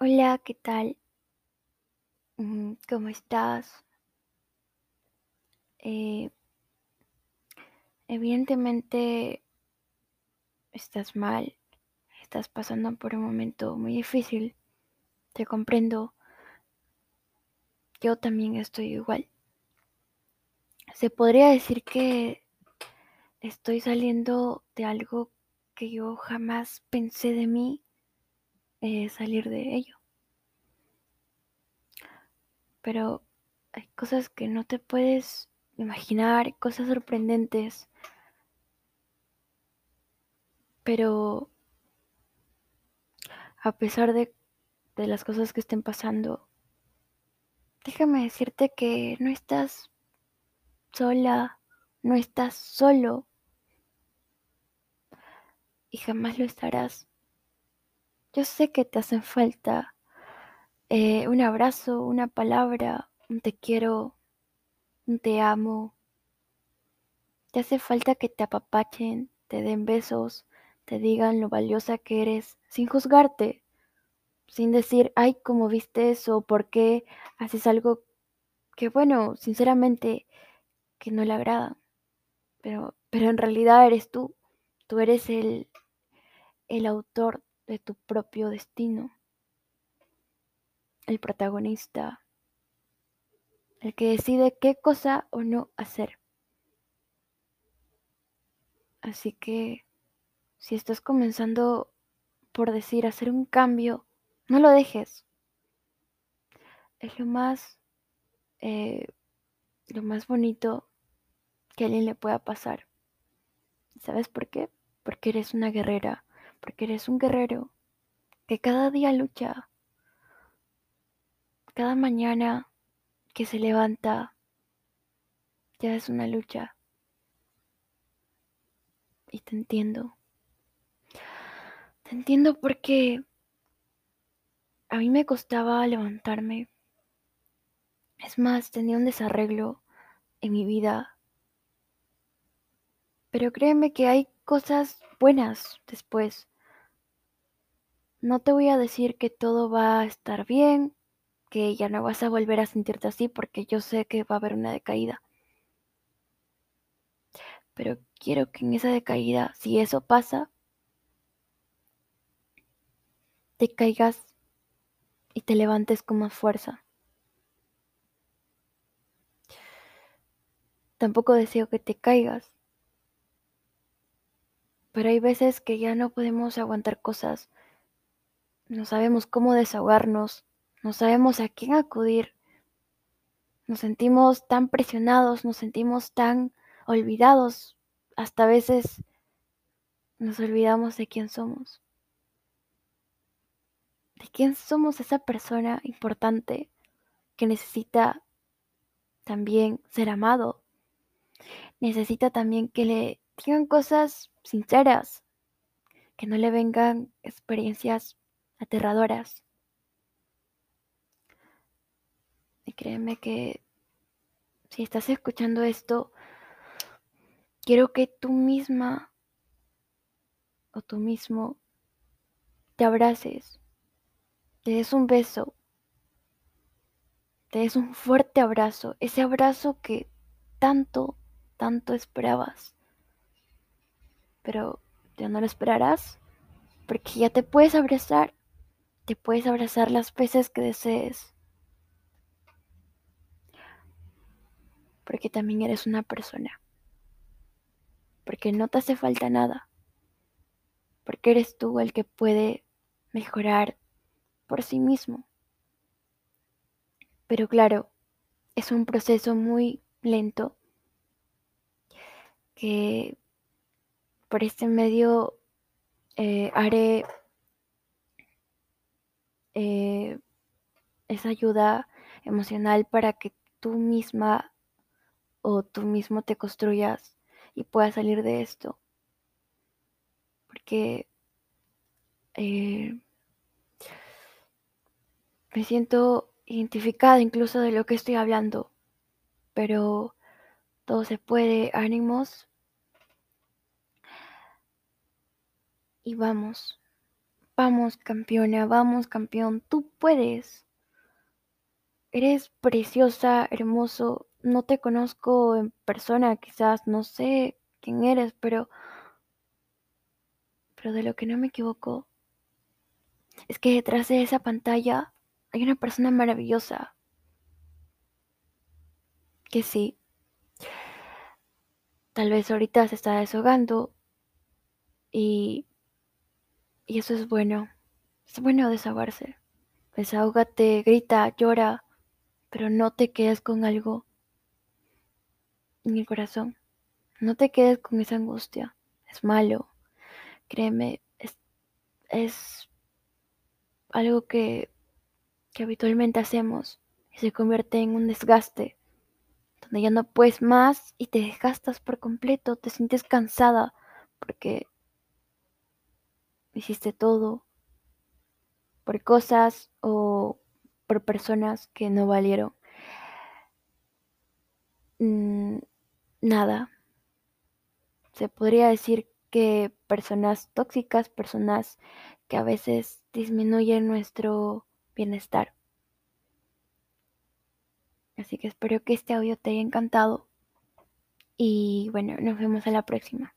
Hola, ¿qué tal? ¿Cómo estás? Eh, Evidentemente estás mal, estás pasando por un momento muy difícil, te comprendo, yo también estoy igual. Se podría decir que estoy saliendo de algo que yo jamás pensé de mí salir de ello, pero hay cosas que no te puedes imaginar, cosas sorprendentes, pero a pesar de las cosas que estén pasando, déjame decirte que no estás sola, no estás solo y jamás lo estarás. Yo sé que te hacen falta un abrazo, una palabra, un te quiero, un te amo. Te hace falta que te apapachen, te den besos, te digan lo valiosa que eres, sin juzgarte, sin decir, ay, ¿cómo viste eso? ¿Por qué haces algo que, bueno, sinceramente, que no le agrada? Pero en realidad eres tú. Tú eres el autor de tu propio destino, el protagonista, el que decide qué cosa o no hacer. Así que si estás comenzando por decir hacer un cambio, no lo dejes. Es eh, lo más bonito que a alguien le pueda pasar. ¿Sabes por qué? Porque eres una guerrera, porque eres un guerrero que cada día lucha, cada mañana que se levanta ya es una lucha. Y te entiendo. Te entiendo porque a mí me costaba levantarme. Es más, tenía un desarreglo en mi vida. Pero créeme que hay cosas buenas después. No te voy a decir que todo va a estar bien, que ya no vas a volver a sentirte así porque yo sé que va a haber una decaída. Pero quiero que en esa decaída, si eso pasa, te caigas y te levantes con más fuerza. Tampoco deseo que te caigas, pero hay veces que ya no podemos aguantar cosas. No sabemos cómo desahogarnos, no sabemos a quién acudir, nos sentimos tan presionados, nos sentimos tan olvidados, hasta a veces nos olvidamos de quién somos esa persona importante que necesita también ser amado, necesita también que le digan cosas sinceras, que no le vengan experiencias aterradoras. Y créeme que si estás escuchando esto, quiero que tú misma o tú mismo te abraces, te des un beso, te des un fuerte abrazo, ese abrazo que tanto, tanto esperabas, pero ya no lo esperarás porque ya te puedes abrazar las veces que desees, porque también eres una persona, porque no te hace falta nada, porque eres tú el que puede mejorar por sí mismo. Pero claro, es un proceso muy lento que por este medio haré eh, esa ayuda emocional para que tú misma o tú mismo te construyas y puedas salir de esto. Porque eh, me siento identificada incluso de lo que estoy hablando, pero todo se puede, ánimos y vamos. Vamos, campeona, vamos, campeón, tú puedes. Eres preciosa, hermoso. No te conozco en persona, quizás, no sé quién eres, pero de lo que no me equivoco es que detrás de esa pantalla hay una persona maravillosa que sí, tal vez ahorita se está desahogando y, y eso es bueno. Es bueno desahogarse. Desahógate, grita, llora, pero no te quedes con algo en el corazón. No te quedes con esa angustia. Es malo, créeme, es algo que habitualmente hacemos y se convierte en un desgaste, donde ya no puedes más y te desgastas por completo, te sientes cansada porque hiciste todo por cosas o por personas que no valieron mm, nada. Se podría decir que personas tóxicas, personas que a veces disminuyen nuestro bienestar. Así que espero que este audio te haya encantado y bueno, nos vemos a la próxima.